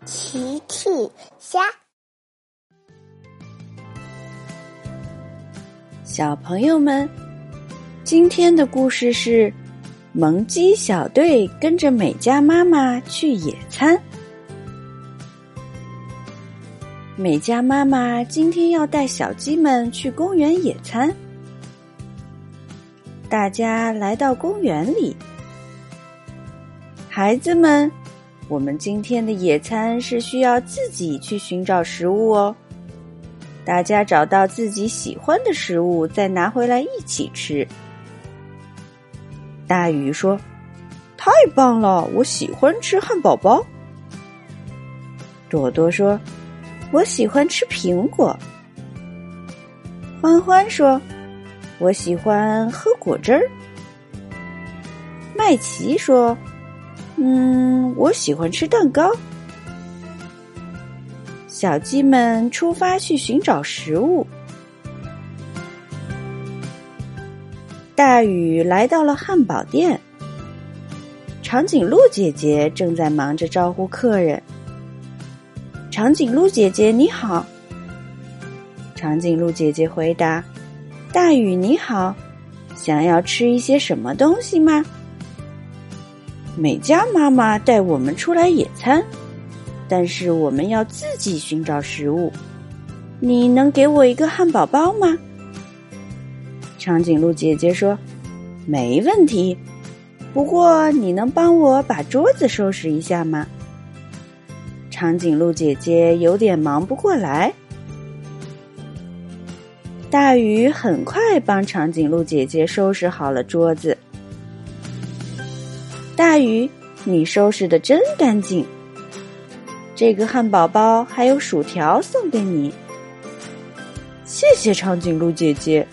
奇趣虾。 小朋友们，今天的故事是萌鸡小队跟着美嘉妈妈去野餐。美嘉妈妈今天要带小鸡们去公园野餐。大家来到公园里，孩子们，我们今天的野餐是需要自己去寻找食物哦。大家找到自己喜欢的食物，再拿回来一起吃。大鱼说：“太棒了，我喜欢吃汉堡包。”朵朵说：“我喜欢吃苹果。”欢欢说：“我喜欢喝果汁儿。”麦琪说：“我喜欢吃蛋糕。”小鸡们出发去寻找食物。大雨来到了汉堡店，长颈鹿姐姐正在忙着招呼客人。长颈鹿姐姐你好。长颈鹿姐姐回答：“大雨你好，想要吃一些什么东西吗？”美嘉妈妈带我们出来野餐，但是我们要自己寻找食物。你能给我一个汉堡包吗？长颈鹿姐姐说：“没问题，不过你能帮我把桌子收拾一下吗？”长颈鹿姐姐有点忙不过来。大鱼很快帮长颈鹿姐姐收拾好了桌子。大鱼，你收拾得真干净。这个汉堡包还有薯条送给你。谢谢长颈鹿姐姐。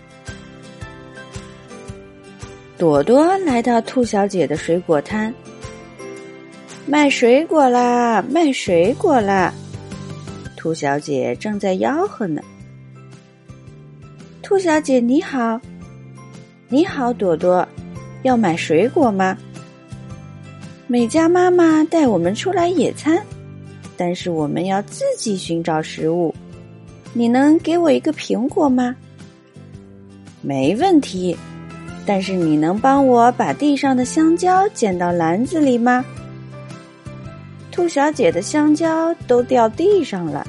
朵朵来到兔小姐的水果摊，卖水果啦，卖水果啦！兔小姐正在吆喝呢。兔小姐你好。你好，朵朵，要买水果吗？美嘉妈妈带我们出来野餐，但是我们要自己寻找食物。你能给我一个苹果吗？没问题，但是你能帮我把地上的香蕉捡到篮子里吗？兔小姐的香蕉都掉地上了。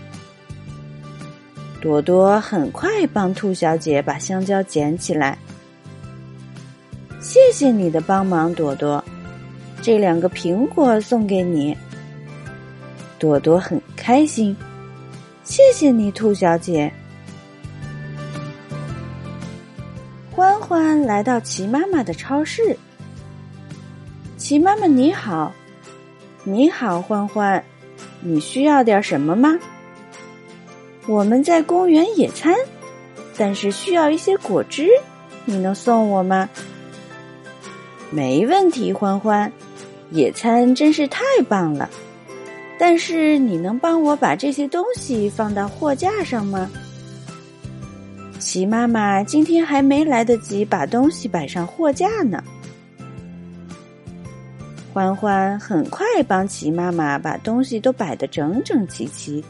朵朵很快帮兔小姐把香蕉捡起来。谢谢你的帮忙，朵朵。这2个苹果送给你。朵朵很开心。谢谢你，兔小姐。欢欢来到齐妈妈的超市。齐妈妈你好。你好，欢欢，你需要点什么吗？我们在公园野餐，但是需要一些果汁，你能送我吗？没问题，欢欢，野餐真是太棒了，但是你能帮我把这些东西放到货架上吗？齐妈妈今天还没来得及把东西摆上货架呢。欢欢很快帮齐妈妈把东西都摆得整整齐齐。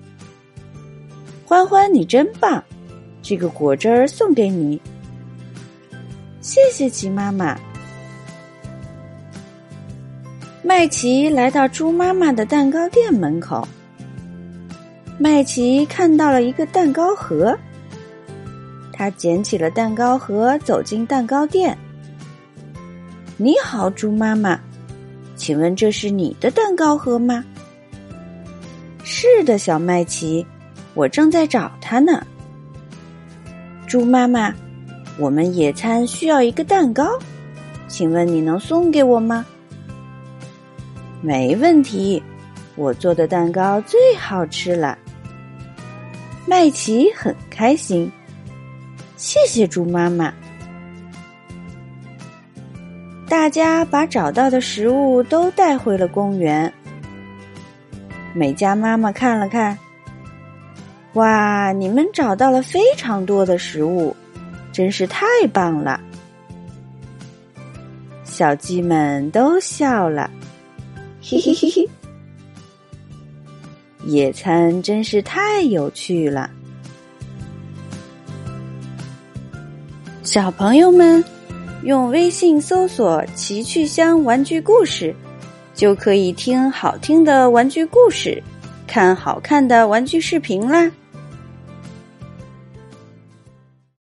欢欢，你真棒，这个果汁儿送给你。谢谢齐妈妈。麦琪来到猪妈妈的蛋糕店门口。麦琪看到了一个蛋糕盒，她捡起了蛋糕盒，走进蛋糕店。你好，猪妈妈，请问这是你的蛋糕盒吗？是的，小麦琪，我正在找它呢。猪妈妈，我们野餐需要一个蛋糕，请问你能送给我吗？没问题，我做的蛋糕最好吃了。麦琪很开心。谢谢猪妈妈。大家把找到的食物都带回了公园。美嘉妈妈看了看，哇，你们找到了非常多的食物，真是太棒了。小鸡们都笑了，嘿嘿嘿嘿。 野餐真是太有趣了。小朋友们，用微信搜索“奇趣箱玩具故事”，就可以听好听的玩具故事，看好看的玩具视频啦。